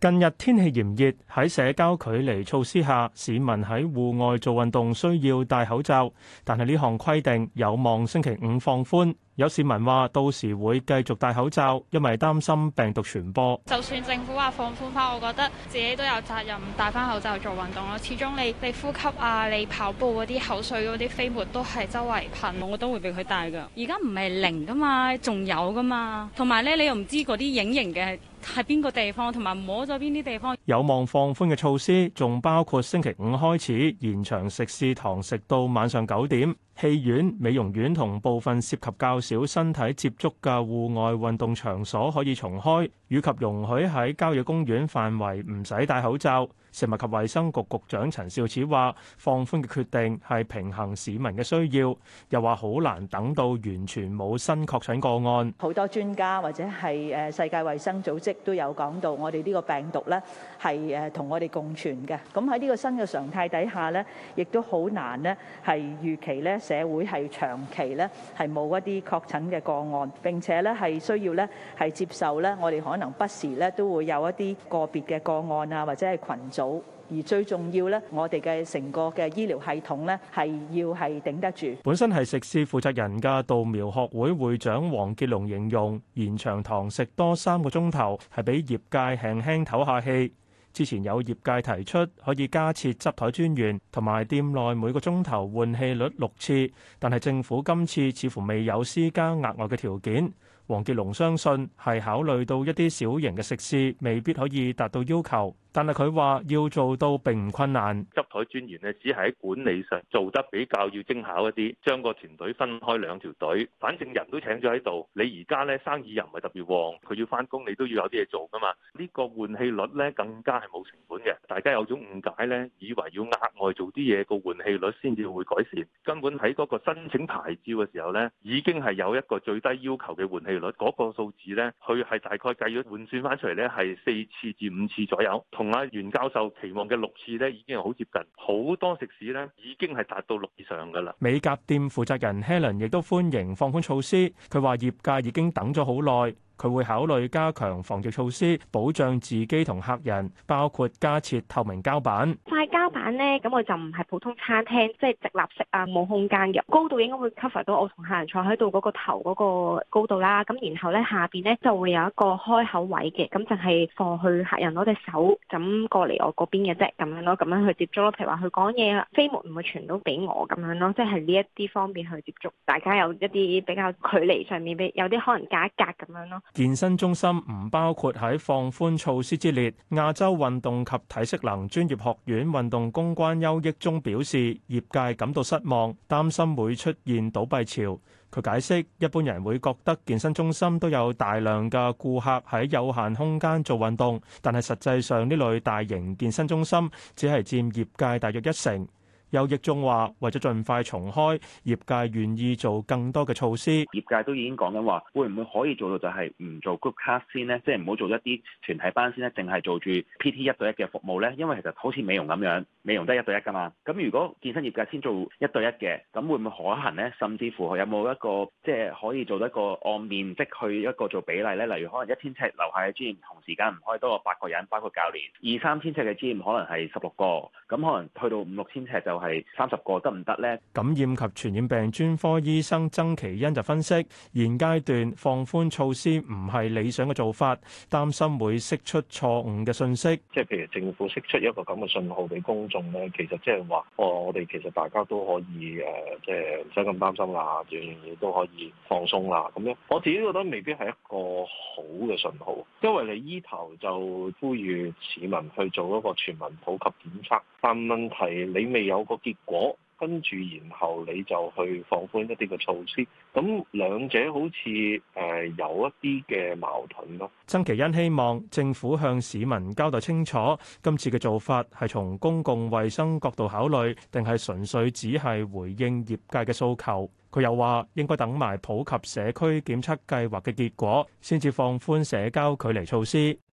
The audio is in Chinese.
近日天氣炎熱，喺社交距離措施下，市民喺戶外做運動需要戴口罩，但係呢項規定有望星期五放寬。有市民話到時會繼續戴口罩，因為擔心病毒傳播。 就算政府話放寬翻，我覺得自己都有責任戴翻口罩做運動咯。始終你呼吸啊，你跑步嗰啲口水嗰啲飛沫都係周圍噴， 我都會俾佢戴㗎。而家唔係零㗎嘛，仲有㗎嘛。同埋咧，你又唔知嗰啲隱形嘅係邊個地方，同埋摸咗邊啲地方。 有望放寬嘅措施仲包括星期五開始延長食肆堂食到晚上9點，戲院、美容院同部分涉及較少身體接觸嘅戶外運動場所可以重開，以及容許喺郊野公園範圍唔使戴口罩。食物及衛生局局長陳肇始話：放寬嘅決定係平衡市民嘅需要，又話好難等到完全冇新確診個案。 好多專家或者係世界衛生組織都有講到，我哋呢個病毒咧係同我哋共存嘅。咁喺呢個新嘅常態底下咧，亦都好難咧係預期咧社會係長期咧係冇一啲確診嘅個案，並且咧係需要咧係接受咧我哋可能不時咧都會有一啲個別嘅個案啊，或者係群組。而最重要咧，我哋嘅成個嘅醫療系統咧係要係頂得住。 本身係食肆負責人嘅稻苗學會會長黃傑龍形容，延長堂食多3個鐘頭係俾業界輕輕唞下氣。之前有業界提出可以加設執枱專員，同埋店內每個鐘頭換氣率6次，但係政府今次似乎未有施加額外嘅條件。黃傑龍相信係考慮到一啲小型嘅食肆未必可以達到要求，但係佢話要做到並唔困難。 執枱專員呢，只係喺管理上做得比較要精巧一啲，將個團隊分開2條隊，反正人都請咗喺度，你而家咧生意又唔係特別旺，佢要翻工你都要有啲嘢做噶嘛。呢個換氣率咧更加係冇成本嘅，大家有種誤解咧，以為要額外做啲嘢個換氣率先至會改善，根本喺嗰個申請牌照嘅時候咧，已經係有一個最低要求嘅換氣率，嗰個數字咧，佢係大概計咗換算翻出嚟咧係4次至5次左右，同阿袁教授期望嘅6次咧已經係好接近，好多食肆咧已經係達到6以上噶啦。 美甲店負責人 Helen 亦都歡迎放寬措施，佢話業界已經等咗好耐。佢會考慮加強防疫措施，保障自己同客人，包括加設透明膠板。 塊膠板呢，咁我就唔係普通餐廳，即係直立式啊，冇空間嘅高度應該會 cover 到我同客人坐喺度嗰個頭嗰個高度啦。咁然後咧下邊咧就會有一個開口位嘅，咁就係放去客人攞隻手咁過嚟我嗰邊嘅啫，咁樣咯，咁樣去接觸咯。譬如話佢講嘢啊，飛沫唔會傳到俾我咁樣咯，即係呢一啲方面去接觸，大家有一啲比較距離上面有啲可能隔一隔咁樣咯。 健身中心唔包括喺放寬措施之列。亞洲運動及體適能專業學院運動公關優益中表示，業界感到失望，擔心會出現倒閉潮。佢解釋，一般人會覺得健身中心都有大量嘅顧客喺有限空間做運動，但係實際上呢類大型健身中心只係佔業界大約1成。有益中話，為咗盡快重開，業界願意做更多嘅措施。 業界都已經講緊話，會唔會可以做到就係唔做 group class 先呢？即係唔好做一啲團體班先呢，淨係做住 PT 1對1嘅服務呢？因為其實好似美容咁樣，美容都係1對1噶嘛。咁如果健身業界先做1對1嘅，咁會唔會可行呢？甚至乎有冇一個即係可以做到一個按面積去一個做比例呢？例如可能1000尺樓下嘅 gym 同時間唔可以多過8個人，包括教練；2、3千尺嘅 gym 可能係16個，咁可能去到5、6千尺就係30個，得唔得呢？ 感染及傳染病專科醫生曾其恩就分析，現階段放寬措施唔係理想嘅做法，擔心會釋出錯誤嘅信息。 即係譬如政府釋出一個咁嘅信號俾公眾咧，其實即係話，我哋其實大家都可以即係唔使咁擔心啦，樣樣嘢都可以放鬆啦。咁樣我自己覺得未必係一個好嘅信號，因為你依頭就呼籲市民去做一個全民普及檢測，但問題你未有個結果，跟住然後你就去放寬一啲嘅措施，咁兩者好似有一啲嘅矛盾咯。 曾其恩希望政府向市民交代清楚，今次嘅做法係從公共衛生角度考慮，定係純粹只係回應業界嘅訴求。佢又話應該等埋普及社區檢測計劃嘅結果，先至放寬社交距離措施。